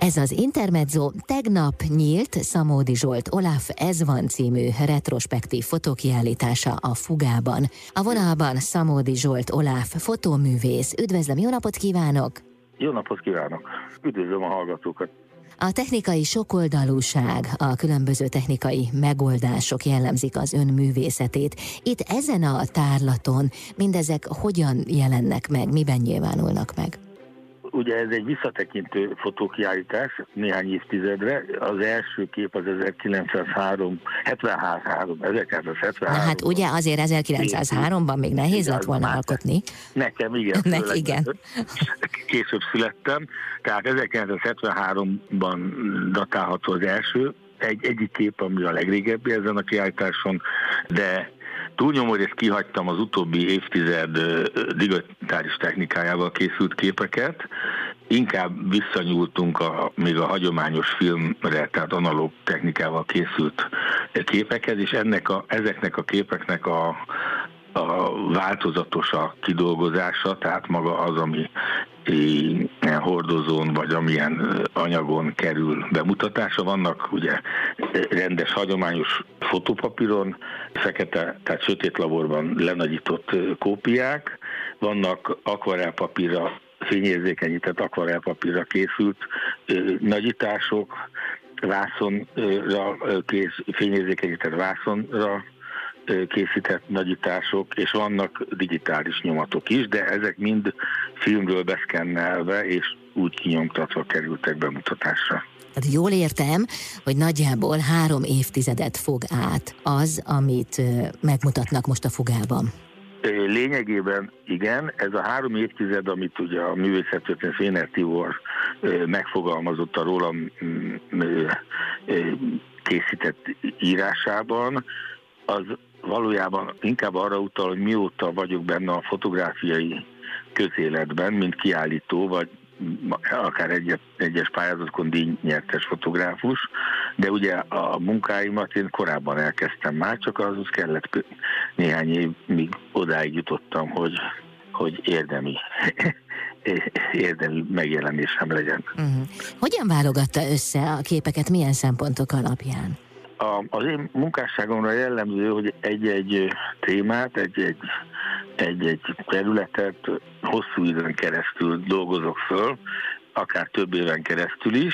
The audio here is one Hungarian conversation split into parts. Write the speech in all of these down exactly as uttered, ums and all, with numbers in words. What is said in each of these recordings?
Ez az Intermezzo tegnap nyílt Szamódi Zsolt Olaf Ez van című retrospektív fotókiállítása a Fugában. A vonalban Szamódi Zsolt Olaf fotóművész. Üdvözlöm, jó napot kívánok! Jó napot kívánok! Üdvözlöm a hallgatókat! A technikai sokoldalúság, a különböző technikai megoldások jellemzik az ön művészetét. Itt ezen a tárlaton mindezek hogyan jelennek meg, miben nyilvánulnak meg? Ugye ez egy visszatekintő fotókiállítás néhány évtizedre. Az első kép az ezerkilencszázhárom, hetvenhárom, ezerkilencszázhetvenhárom. Na hát ugye azért ezerkilencszázháromban még nehéz lett volna alkotni. Nekem igen. Ne, igen. Később születtem, tehát ezerkilencszázhetvenháromban datálható az első. Egy, egyik kép, ami a legrégebbi ezen a kiállításon, de túlnyomó részt kihagytam az utóbbi évtized digitális technikájával készült képeket, inkább visszanyúltunk a, még a hagyományos filmre, tehát analóg technikával készült képekhez, és ennek a, ezeknek a képeknek a, a változatos a kidolgozása, tehát maga az, ami ilyen hordozón vagy amilyen anyagon kerül bemutatásra. Vannak ugye rendes, hagyományos fotopapíron, fekete, tehát sötét laborban lenagyított kópiák, vannak akvarelpapírra, fényérzékenyített akvarelpapírra készült nagyítások, vászonra kész, fényérzékenyített vászonra készített nagyítások, és vannak digitális nyomatok is, de ezek mind filmről beszkennelve és úgy kinyomtatva kerültek bemutatásra. Tehát jól értem, hogy nagyjából három évtizedet fog át az, amit megmutatnak most a Fugában. Lényegében igen, ez a három évtized, amit ugye a művészettörténet Féner Tibor megfogalmazott a rólam készített írásában, az valójában inkább arra utal, hogy mióta vagyok benne a fotográfiai közéletben, mint kiállító, vagy akár egy, egyes pályázatokon díjnyertes fotográfus, de ugye a munkáimat én korábban elkezdtem már, csak azhoz kellett néhány év, míg odáig jutottam, hogy, hogy érdemi, érdemi megjelenésem legyen. Uh-huh. Hogyan válogatta össze a képeket, milyen szempontok alapján? A, az én munkásságomra jellemző, hogy egy-egy témát, egy-egy, egy-egy területet hosszú időn keresztül dolgozok föl, akár több éven keresztül is,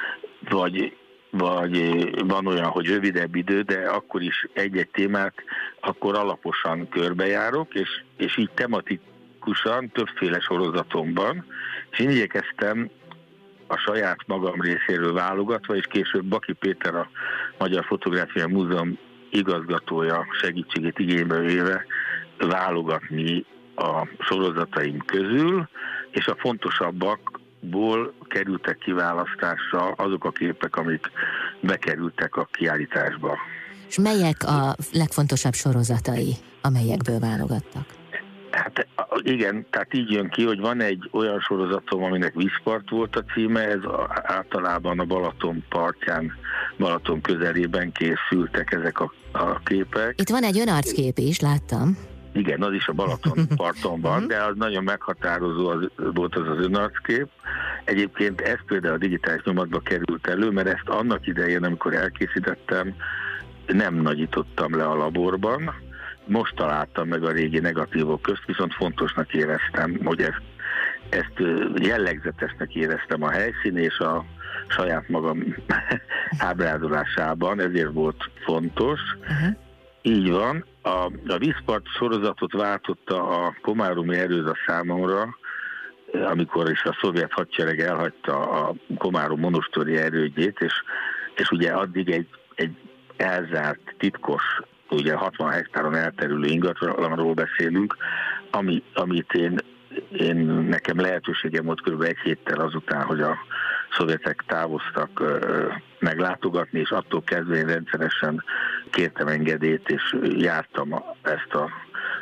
vagy, vagy van olyan, hogy rövidebb idő, de akkor is egy-egy témát akkor alaposan körbejárok, és, és így tematikusan többféle sorozatomban, és én igyekeztem a saját magam részéről válogatva, és később Baki Péter, a Magyar Fotográfiai Múzeum igazgatója segítségét igénybe véve válogatni a sorozataim közül, és a fontosabbakból kerültek kiválasztásra azok a képek, amik bekerültek a kiállításba. És melyek a legfontosabb sorozatai, amelyekből válogattak? Hát igen, tehát így jön ki, hogy van egy olyan sorozatom, aminek Vízpart volt a címe, ez általában a Balaton partján, Balaton közelében készültek ezek a, a képek. Itt van egy önarckép is, láttam. Igen, az is a Balaton parton van, de az nagyon meghatározó az, volt az az önarckép. Egyébként ez például a digitális nyomatba került elő, mert ezt annak idején, amikor elkészítettem, nem nagyítottam le a laborban. Most találtam meg a régi negatívok közt, viszont fontosnak éreztem, hogy ezt, ezt jellegzetesnek éreztem a helyszín és a saját magam ábrázolásában, ezért volt fontos. Uh-huh. Így van. A, a Vízpart sorozatot váltotta a komáromi erőd számomra, amikor is a szovjet hadsereg elhagyta a Komárom monostori erődjét, és, és ugye addig egy, egy elzárt, titkos, ugye hatvan hektáron elterülő ingatlanról beszélünk, ami, amit én, én nekem lehetőségem volt kb. Egy héttel azután, hogy a szovjetek távoztak meglátogatni, és attól kezdve én rendszeresen kértem engedélyt, és jártam ezt a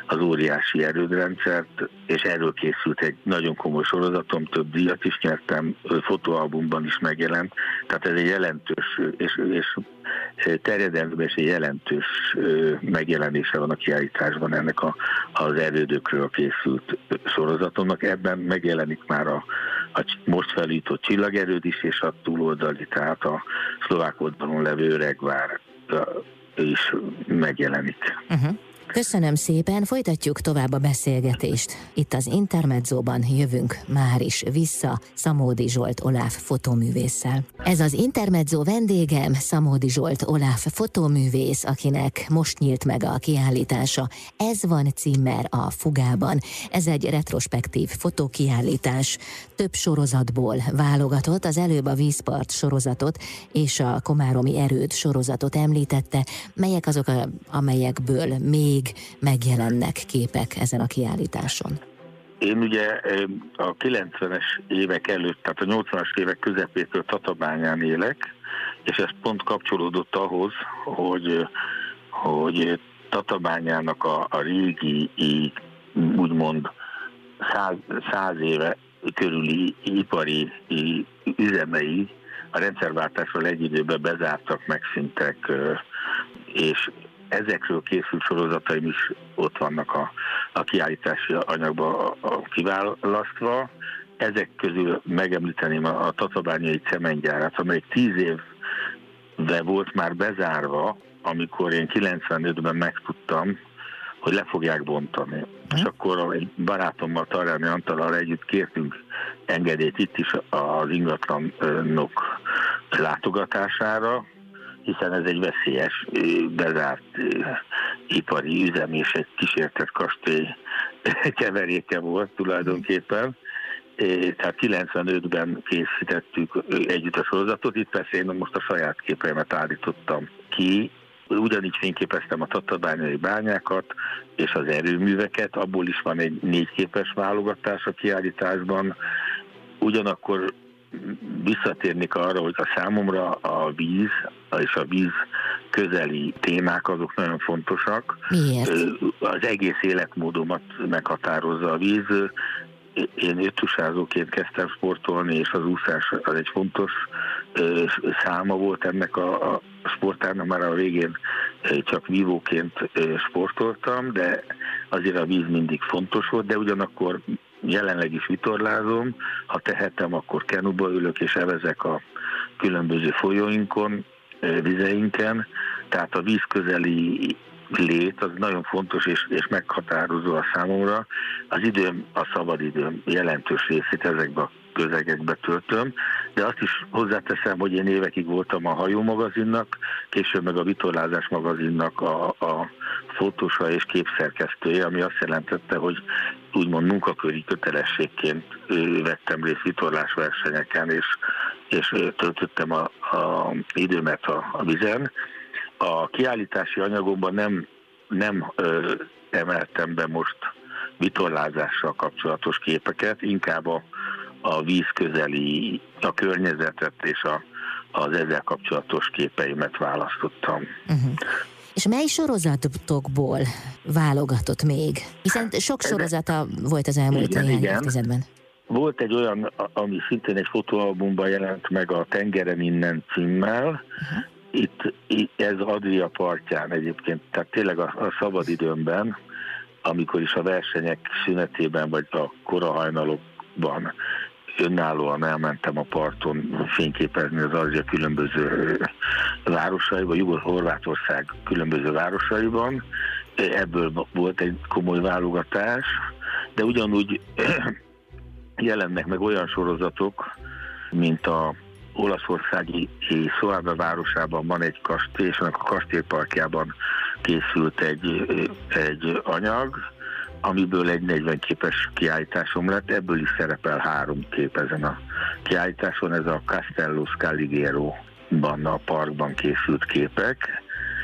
az óriási erődrendszert, és erről készült egy nagyon komoly sorozatom, több díjat is nyertem, fotóalbumban is megjelent, tehát ez egy jelentős és, és terjedelmében is egy jelentős megjelenése van a kiállításban ennek a, az erődökről készült sorozatomnak. Ebben megjelenik már a, a most felújított csillagerőd is, és a túloldali, tehát a szlovák oldalon levő Öregvár is megjelenik. Uh-huh. Köszönöm szépen, folytatjuk tovább a beszélgetést. Itt az Intermedzóban jövünk már is vissza Szamódi Zsolt Oláf fotóművésszel. Ez az Intermedzó vendégem, Szamódi Zsolt Oláf fotóművész, akinek most nyílt meg a kiállítása. Ez van címmel a Fugában. Ez egy retrospektív fotókiállítás. Több sorozatból válogatott, az előbb a Vízpart sorozatot és a Komáromi Erőd sorozatot említette, melyek azok, a, amelyekből még megjelennek képek ezen a kiállításon. Én ugye a kilencvenes évek előtt, tehát a nyolcvanas évek közepétől Tatabányán élek, és ez pont kapcsolódott ahhoz, hogy, hogy Tatabányának a, a régi, úgymond száz, száz éve körüli ipari üzemei a rendszerváltással egy időben bezártak, megszűntek, és ezekről készült sorozataim is ott vannak a, a kiállítási anyagban a, a kiválasztva. Ezek közül megemlíteném a, a tatabányai cementgyárat, amely tíz évve volt már bezárva, amikor én kilencvenötben megtudtam, hogy le fogják bontani. Mm. És akkor egy barátommal, Tarjáni Antallal együtt kértünk engedélyt itt is az ingatlanok látogatására, hiszen ez egy veszélyes, bezárt ipari üzem és egy kísértett kastély keveréke volt tulajdonképpen. Tehát kilencvenötben készítettük együtt a sorozatot, itt persze én most a saját képeimet állítottam ki. Ugyanígy fényképeztem a tatabányai bányákat és az erőműveket, abból is van egy négyképes válogatás a kiállításban. Ugyanakkor visszatérnék arra, hogy a számomra a víz és a víz közeli témák azok nagyon fontosak. Miért? Az egész életmódomat meghatározza a víz. Én ötusázóként kezdtem sportolni, és az úszás az egy fontos száma volt ennek a sportának, már a végén csak vívóként sportoltam, de azért a víz mindig fontos volt, de ugyanakkor jelenleg is vitorlázom, ha tehetem, akkor kenuba ülök és evezek a különböző folyóinkon, vizeinken, tehát a víz közeli lét az nagyon fontos és, és meghatározó a számomra. Az időm, a szabadidőm jelentős részét ezekbe a közegekbe töltöm, de azt is hozzáteszem, hogy én évekig voltam a Hajó magazinnak, később meg a Vitorlázás magazinnak a, a fotósa és képszerkesztője, ami azt jelentette, hogy úgymond munkaköri kötelességként vettem részt vitorlás versenyeken, és, és töltöttem a, a időmet a, a vizen. A kiállítási anyagomban nem, nem ö, emeltem be most vitorlázással kapcsolatos képeket, inkább a, a víz közeli, a környezetet és a, az ezzel kapcsolatos képeimet választottam. Uh-huh. És mely sorozatokból válogatott még? Hiszen sok sorozata volt az elmúlt néhány évtizedben. Volt egy olyan, ami szintén egy fotóalbumban jelent meg, a Tengeren innen címmel. Uh-huh. Itt, itt ez Adria partján egyébként, tehát tényleg a, a szabadidőmben, amikor is a versenyek szünetében, vagy a korahajnalokban önállóan elmentem a parton fényképezni az Adria különböző városaiban, Jugoszlávország különböző városaiban. Ebből volt egy komoly válogatás, de ugyanúgy jelennek meg olyan sorozatok, mint a olaszországi Soave városában van egy kastély, és annak a kastélyparkjában készült egy, egy anyag, amiből egy negyven képes kiállításom lett, ebből is szerepel három kép ezen a kiállításon, ez a Castello Scaligero-ban, a parkban készült képek,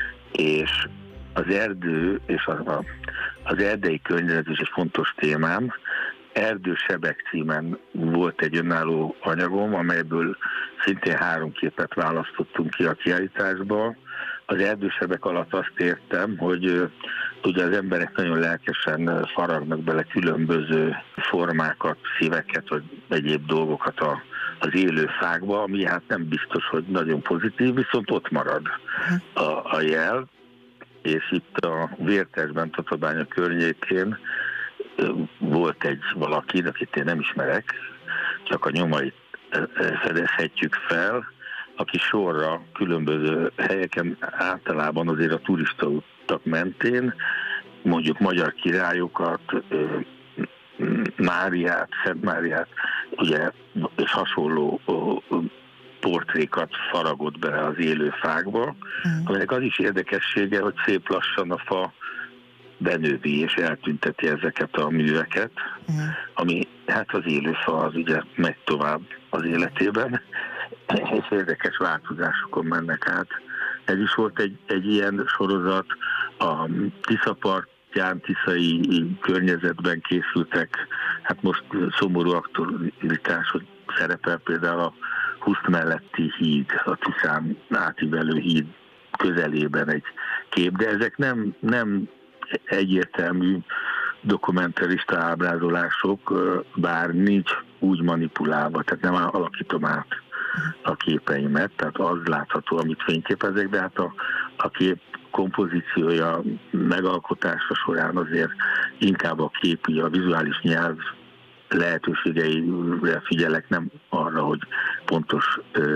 és az erdő és az, a, az erdei környezet is egy fontos témám. Erdősebek címen volt egy önálló anyagom, amelyből szintén három képet választottunk ki a kiállításba. Az erdősebek alatt azt értem, hogy ugye az emberek nagyon lelkesen faragnak bele különböző formákat, szíveket, vagy egyéb dolgokat a, az élő fákba, ami hát nem biztos, hogy nagyon pozitív, viszont ott marad a, a jel, és itt a Vértesben, Tatabánya környékén volt egy valaki, akit én nem ismerek, csak a nyomait fedezhetjük fel, aki sorra különböző helyeken, általában azért a turistautak mentén, mondjuk magyar királyokat, Máriát, Szent Máriát, ugye, és hasonló portrékat faragott bele az élő fákba, mm. aminek az is érdekessége, hogy szép lassan a fa benővi és eltünteti ezeket a műveket, mm. ami hát az élő fa az ugye megy tovább az életében, és érdekes változásokon mennek át. Ez is volt egy, egy ilyen sorozat, a Tiszapartján, tiszai környezetben készültek, hát most szomorú aktualitás, hogy szerepel például a Huszt melletti híd, a Tiszán átívelő híd közelében egy kép, de ezek nem, nem egyértelmű dokumentarista ábrázolások, bár nincs úgy manipulálva, tehát nem alakítom át a képeimet, tehát az látható, amit fényképezek, de hát a, a kép kompozíciója, megalkotása során azért inkább a képi, a vizuális nyelv lehetőségeire figyelek, nem arra, hogy pontos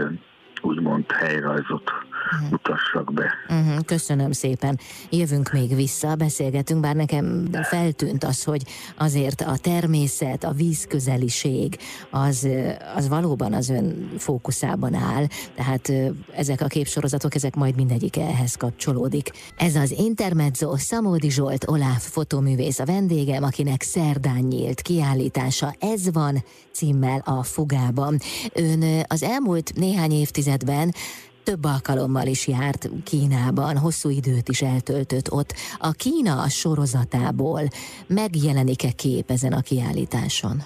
úgymond helyrajzot uh-huh. mutassak be. Uh-huh. Köszönöm szépen. Jövünk még vissza, beszélgetünk, bár nekem feltűnt az, hogy azért a természet, a vízközeliség az, az valóban az ön fókuszában áll, tehát ezek a képsorozatok, ezek majd mindegyik ehhez kapcsolódik. Ez az Intermezzo, Szamódi Zsolt Oláf fotóművész a vendégem, akinek szerdán nyílt kiállítása Ez van címmel a Fugában. Ön az elmúlt néhány évtizedben több alkalommal is járt Kínában, hosszú időt is eltöltött ott. A Kína sorozatából megjelenik-e kép ezen a kiállításon?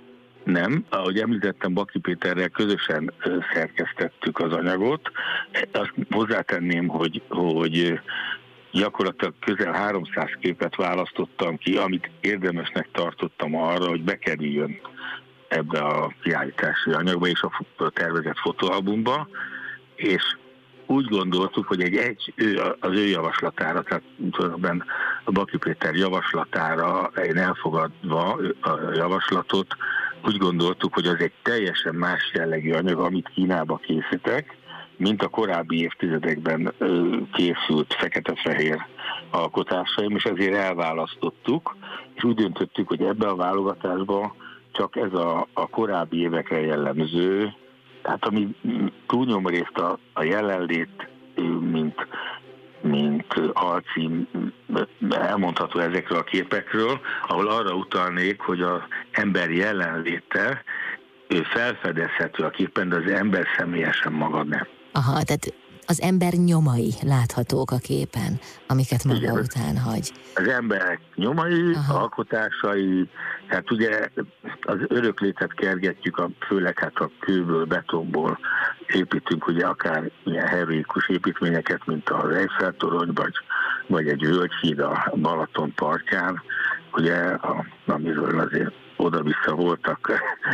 Nem, ahogy említettem, Baki Péterrel közösen szerkesztettük az anyagot. Azt hozzátenném, hogy, hogy gyakorlatilag közel háromszáz képet választottam ki, amit érdemesnek tartottam arra, hogy bekerüljön ebbe a kiállítási anyagba és a tervezett fotóalbumba, és úgy gondoltuk, hogy egy, egy ő, az ő javaslatára, tehát tulajdonképpen a Baki Péter javaslatára, én elfogadva a javaslatot, úgy gondoltuk, hogy az egy teljesen más jellegű anyag, amit Kínába készítek, mint a korábbi évtizedekben készült fekete-fehér alkotásaim, és ezért elválasztottuk, és úgy döntöttük, hogy ebbe a válogatásban csak ez a, a korábbi évekre jellemző, tehát ami túlnyomó részt a, a jelenlét, mint, mint alcím elmondható ezekről a képekről, ahol arra utalnék, hogy az ember jelenléte felfedezhető a képen, de az ember személyesen maga nem. Aha, tehát az ember nyomai láthatók a képen, amiket maga igen, után hagy. Az emberek nyomai, aha, alkotásai, hát ugye az öröklétet kergetjük, a, főleg hát a kőből, betonból építünk, ugye akár ilyen heroikus építményeket, mint az Eiffel-torony, vagy, vagy egy völgyhíd a Balaton partján, ugye, a, amiről azért oda-vissza voltak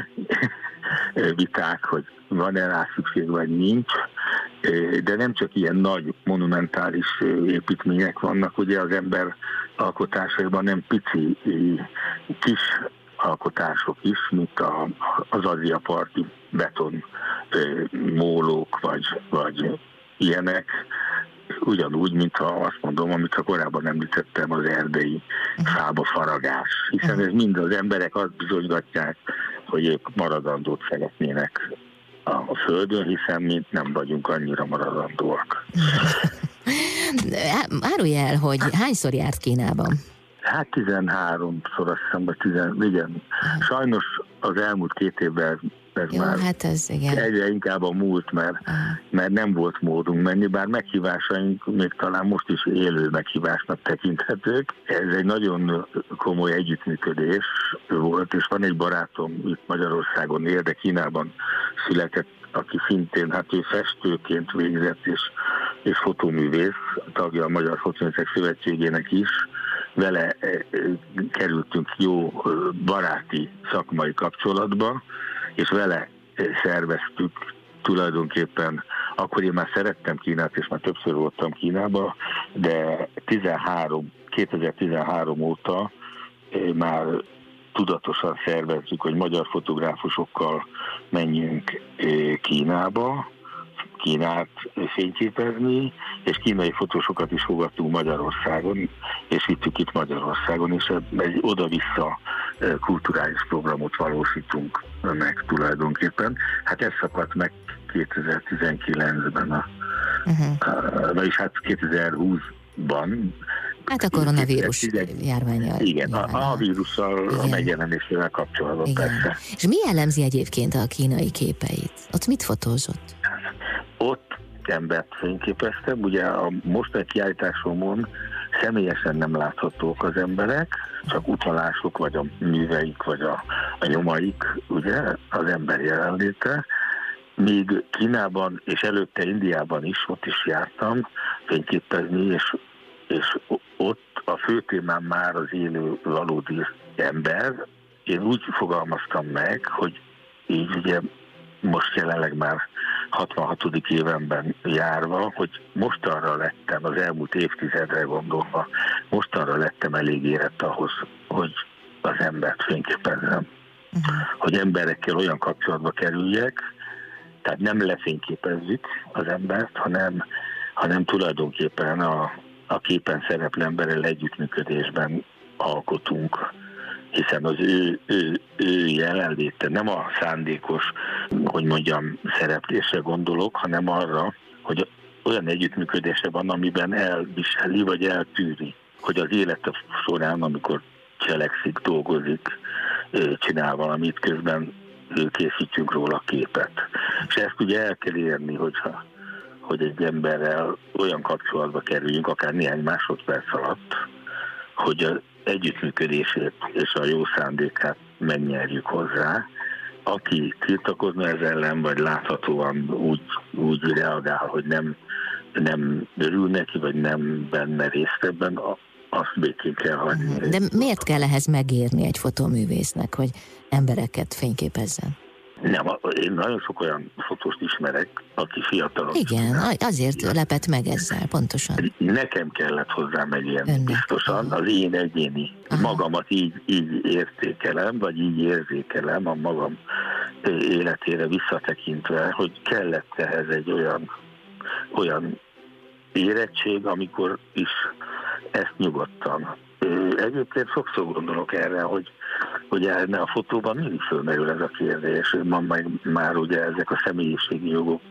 viták, hogy van-e rá szükség, vagy nincs, de nem csak ilyen nagy, monumentális építmények vannak, ugye az ember alkotásaiban nem pici, kis alkotások is, mint a, az Ázsia-parti beton mólók, vagy, vagy ilyenek, ugyanúgy, mint ha azt mondom, amit a korábban említettem, az erdei fába faragás. Hiszen ez mind az emberek azt bizonygatják, hogy ők maradandót szeretnének a Földön, hiszen mi nem vagyunk annyira maradandóak. Árulj el, hogy hányszor járt Kínában? Hát tizenháromszor, azt hiszem, vagy tizen, igen. Sajnos az elmúlt két évben ez jó, már hát ez, igen, egyre inkább a múlt, mert, mert nem volt módunk menni, bár meghívásaink még talán most is élő meghívásnak tekinthetők. Ez egy nagyon komoly együttműködés volt, és van egy barátom itt Magyarországon él, de Kínában született, aki szintén, hát ő festőként végzett, és, és fotóművész, tagja a Magyar Fotóművészek Szövetségének is, vele kerültünk jó baráti szakmai kapcsolatba, és vele szerveztük tulajdonképpen, akkor én már szerettem Kínát, és már többször voltam Kínában, de tizenhárom, kétezer-tizenhárom óta már tudatosan szervezzük, hogy magyar fotográfusokkal menjünk Kínába, Kínát fényképezni, és kínai fotósokat is fogadtunk Magyarországon, és vittük itt Magyarországon, és egy oda-vissza kulturális programot valósítunk meg tulajdonképpen. Hát ez szakadt meg kétezer-tizenkilencben, a, uh-huh. vagyis hát kétezer-húszban. Hát a koronavírus járványal. Igen, a, a vírussal, igen. A megjelenésével kapcsolatban persze. És mi jellemzi egyébként a kínai képeit? Ott mit fotózott? Ott embert fényképeztem, ugye a mostani kiállításomon személyesen nem láthatók az emberek, csak utalások, vagy a műveik, vagy a, a nyomaik, ugye, az ember jelenléte. Míg Kínában, és előtte Indiában is, ott is jártam fényképezni, és, és ott a fő témám már az élő valódi ember. Én úgy fogalmaztam meg, hogy így ugye most jelenleg már hatvanhatodik évemben járva, hogy mostanra lettem, az elmúlt évtizedre gondolva, mostanra lettem elég érett ahhoz, hogy az embert fényképezzem. Uh-huh. Hogy emberekkel olyan kapcsolatba kerüljek, tehát nem lefényképezzük az embert, hanem, hanem tulajdonképpen a, a képen szereplő emberrel együttműködésben alkotunk, hiszen az ő, ő, ő jelenléte nem a szándékos, hogy mondjam, szereplésre gondolok, hanem arra, hogy olyan együttműködése van, amiben elviseli vagy eltűri, hogy az élete során, amikor cselekszik, dolgozik, csinál valamit, közben készítjünk róla képet. És ezt ugye el kell érni, hogyha, hogy egy emberrel olyan kapcsolatba kerüljünk, akár néhány másodperc alatt, hogy az együttműködését és a jó szándékát megnyerjük hozzá. Aki tiltakozna ez ellen, vagy láthatóan úgy, úgy reagál, hogy nem, nem örül neki, vagy nem benne részt ebben, azt békén kell hagyni. De miért kell ehhez megérni egy fotóművésznek, hogy embereket fényképezzen? Nem, én nagyon sok olyan fotóst ismerek, aki fiatalok. Igen, azért lepett meg ezzel, pontosan. Nekem kellett hozzá megérni Önnek. Biztosan. Az én egyéni Aha. magamat így, így értékelem, vagy így érzékelem a magam életére visszatekintve, hogy kellett ehhez egy olyan, olyan érettség, amikor is ezt nyugodtan. Egyébként sokszor gondolok erre, hogy hogy a fotóban mindig fölmerül ez a kérdés. Ma meg már ugye ezek a személyiségi jogok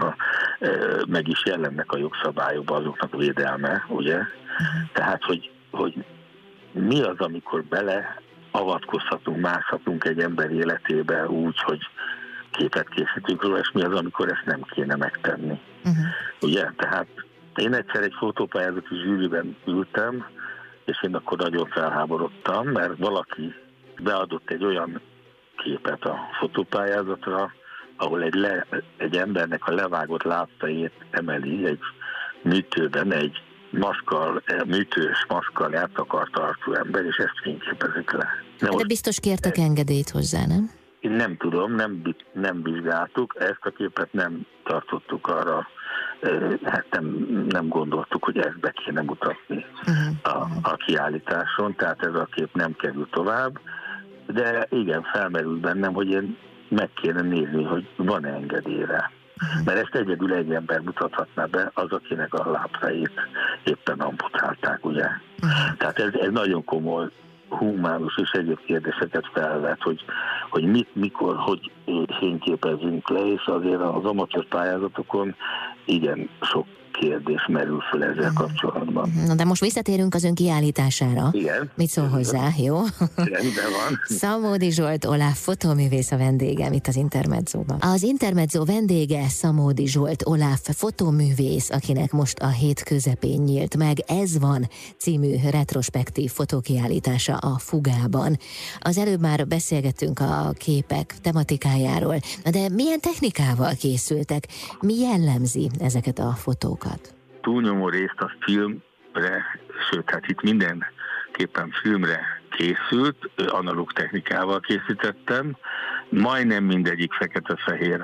meg is jelennek a jogszabályokban, azoknak védelme, ugye? Tehát, hogy, hogy mi az, amikor bele avatkozhatunk, mászhatunk egy ember életébe úgy, hogy képet készítünk róla, és mi az, amikor ezt nem kéne megtenni. Uh-huh. Ugye? Tehát én egyszer egy fotópályázati zsűriben ültem, és én akkor nagyon felháborodtam, mert valaki beadott egy olyan képet a fotópályázatra, ahol egy, le, egy embernek a levágott lábfejét emeli egy műtőben, egy maszkkal, műtős maszkkal eltakart arcú ember, és ezt fényképezik le. De, De biztos kértek engedélyt hozzá, nem? Én nem tudom, nem, nem vizsgáltuk, ezt a képet nem tartottuk arra, hát nem, nem gondoltuk, hogy ezt be kéne mutatni uh-huh. a, a kiállításon, tehát ez a kép nem kerül tovább, de igen, felmerült bennem, hogy én meg kéne nézni, hogy van-e engedélyre. Uh-huh. Mert ezt egyedül egy ember mutathatná be, az, akinek a lábfejét éppen amputálták, ugye. Uh-huh. Tehát ez, ez nagyon komoly humánus és egyéb kérdéseket felvet, hogy, hogy mit, mikor, hogy fényképezünk le, és azért az amatőr pályázatokon igen sok kérdés merül fel ezzel kapcsolatban. Na de most visszatérünk az ön kiállítására. Igen. Mit szól hozzá, jó? Rendben van. Szamódi Zsolt Olaf fotóművész a vendégem itt az Intermedzóban. Az Intermedzó vendége Szamódi Zsolt Olaf fotóművész, akinek most a hét közepén nyílt meg Ez van című retrospektív fotókiállítása a Fugában. Az előbb már beszélgettünk a képek tematikájáról, de milyen technikával készültek? Mi jellemzi ezeket a fotókat? Túlnyomó részt a filmre, sőt, hát itt minden tulajdonképpen filmre készült, analóg technikával készítettem, majdnem mindegyik fekete-fehér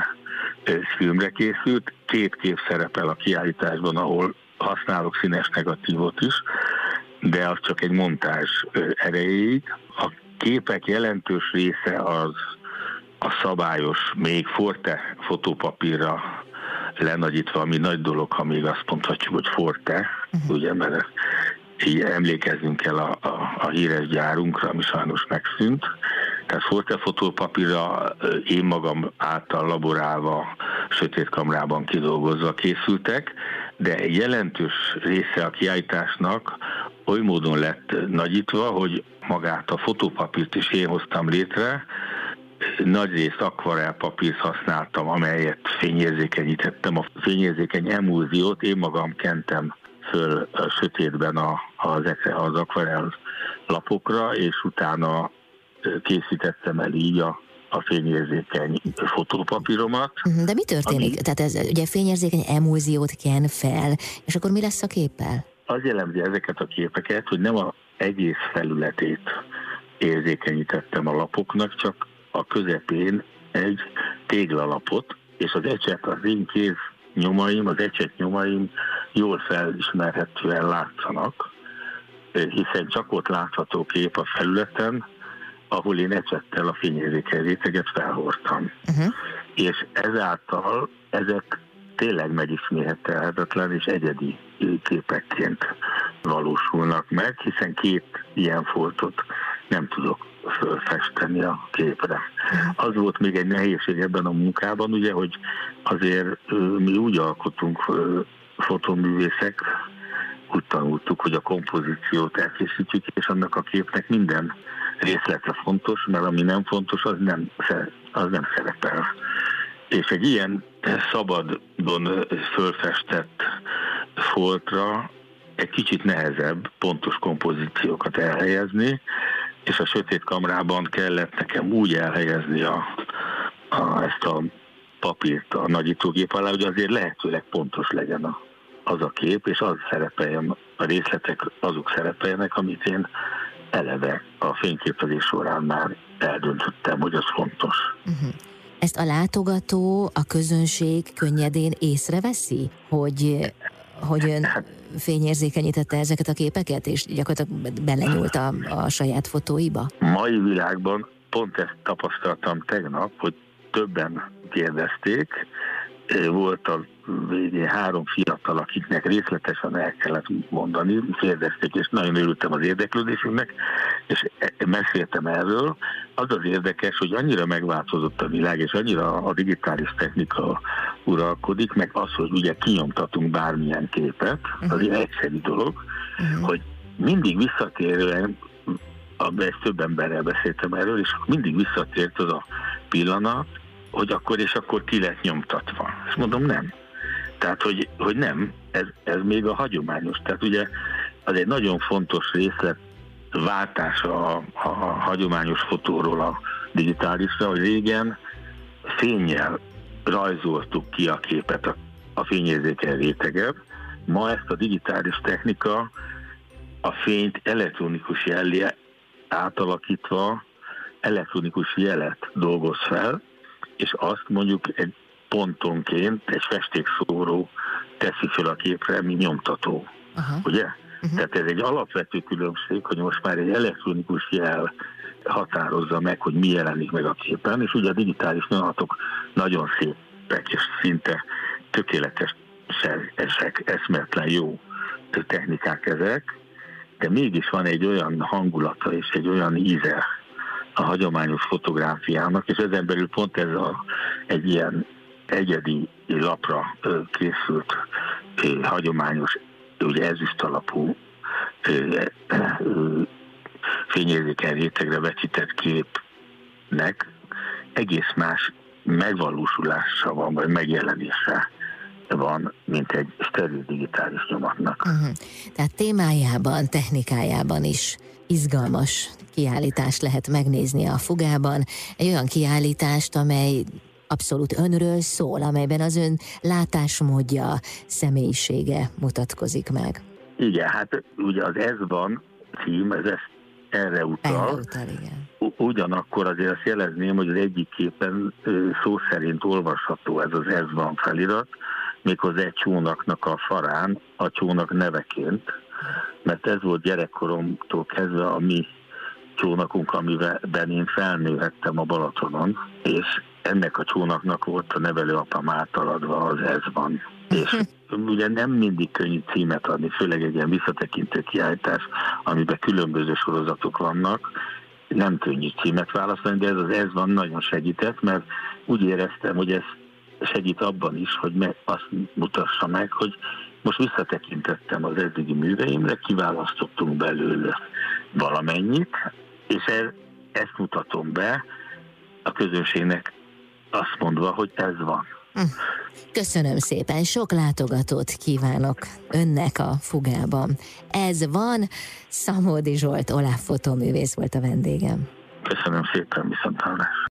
filmre készült, két kép szerepel a kiállításban, ahol használok színes negatívot is, de az csak egy montázs erejéig. A képek jelentős része az a szabályos, még forte fotópapírra lenagyítva, ami nagy dolog, ha még azt mondhatjuk, hogy forte, uh-huh. ugye, mert így emlékezzünk el a, a, a híres gyárunkra, ami sajnos megszűnt. Tehát forte fotópapírra én magam által laborálva, sötét kamrában kidolgozva készültek, de egy jelentős része a kiállításnak oly módon lett nagyítva, hogy magát a fotópapírt is én hoztam létre, nagyrészt akvarellpapírt használtam, amelyet fényérzékenyítettem. A fényérzékeny emulziót én magam kentem föl a sötétben a, az, az akvarell lapokra, és utána készítettem el így a, a fényérzékeny fotópapíromat. De mi történik? Ami... Tehát ez ugye fényérzékeny emulziót ken fel, és akkor mi lesz a képpel? Az jellemzi ezeket a képeket, hogy nem az egész felületét érzékenyítettem a lapoknak, csak a közepén egy téglalapot, és az ecset, az én kéz nyomaim, az ecset nyomaim jól felismerhetően látszanak, hiszen csak ott látható kép a felületen, ahol én ecsettel a fényérzékeny réteget felhordtam. Uh-huh. És ezáltal ezek tényleg megismerhetetlen és egyedi képekként valósulnak meg, hiszen két ilyen foltot nem tudok festeni a képre. Az volt még egy nehézség ebben a munkában, ugye, hogy azért mi úgy alkotunk fotóművészek, úgy tanultuk, hogy a kompozíciót elkészítjük, és annak a képnek minden részlete fontos, mert ami nem fontos, az nem, az nem szerepel. És egy ilyen szabadon fölfestett foltra egy kicsit nehezebb pontos kompozíciókat elhelyezni, és a sötét kamrában kellett nekem úgy elhelyezni a, a, ezt a papírt a nagyítógép alá, hogy azért lehetőleg pontos legyen a, az a kép, és az szerepeljen, a részletek azok szerepeljenek, amit én eleve a fényképezés során már eldöntöttem, hogy az fontos. Uh-huh. Ezt a látogató, a közönség könnyedén észreveszi, hogy, hogy ön fényérzékenyítette ezeket a képeket, és gyakorlatilag belenyúlt a, a saját fotóiba? Mai világban pont ezt tapasztaltam tegnap, hogy többen kérdezték, volt a végén három fiatal, akiknek részletesen el kellett mondani, kérdezték, és nagyon örültem az érdeklődésünknek, és meséltem erről. Az az érdekes, hogy annyira megváltozott a világ, és annyira a digitális technika uralkodik, meg az, hogy ugye kinyomtatunk bármilyen képet, az egy egyszerű dolog, uh-huh. hogy mindig visszatérően, ezt több emberrel beszéltem erről, és mindig visszatért az a pillanat, hogy akkor és akkor ki lett nyomtatva. És mondom, nem. Tehát, hogy, hogy nem, ez, ez még a hagyományos. Tehát ugye az egy nagyon fontos részlet váltása a, a, a hagyományos fotóról a digitálisra, hogy régen fénnyel rajzoltuk ki a képet a, a fényérzékeny réteget. Ma ezt a digitális technika a fényt elektronikus jellé átalakítva elektronikus jelet dolgoz fel, és azt mondjuk egy pontonként egy festékszóró teszi fel a képre, mint nyomtató. Aha. Ugye? Uh-huh. Tehát ez egy alapvető különbség, hogy most már egy elektronikus jel határozza meg, hogy mi jelenik meg a képen, és ugye a digitális nyomtatók nagyon szépek, és szinte tökéletesek, eszméletlen jó technikák ezek, de mégis van egy olyan hangulata és egy olyan íze a hagyományos fotográfiának, és ezen belül pont ez a, egy ilyen egyedi lapra ö, készült ö, hagyományos, ugye ezüst alapú ö, ö, fényérzékeny rétegre vetített képnek egész más megvalósulása van, vagy megjelenése van, mint egy steril digitális nyomatnak. Uh-huh. Tehát témájában, technikájában is izgalmas kiállítást lehet megnézni a Fugában. Egy olyan kiállítást, amely abszolút önről szól, amelyben az ön látásmódja, személyisége mutatkozik meg. Igen, hát ugye az ez van cím, ez ezt erre utal. Erre utal, igen. Ugyanakkor azért azt jelezném, hogy az egyik képen szó szerint olvasható ez az Ez van felirat, méghozzá egy csónaknak a farán, a csónak neveként, mert ez volt gyerekkoromtól kezdve a mi csónakunk, amiben én felnőhettem a Balatonon, és ennek a csónaknak volt a nevelőapám átaladva az Ez van. És ugye nem mindig könnyű címet adni, főleg egy ilyen visszatekintő kiállítás, amiben különböző sorozatok vannak, nem könnyű címet választani, de ez az Ez van nagyon segített, mert úgy éreztem, hogy ez segít abban is, hogy meg azt mutassa meg, hogy most visszatekintettem az eddigi műveimre, kiválasztottunk belőle valamennyit, és ez, ezt mutatom be a közönségnek azt mondva, hogy ez van. Köszönöm szépen, sok látogatót kívánok önnek a Fugában. Ez van, Szamódi Zsolt Oláf fotóművész volt a vendégem. Köszönöm szépen, viszontlátásra.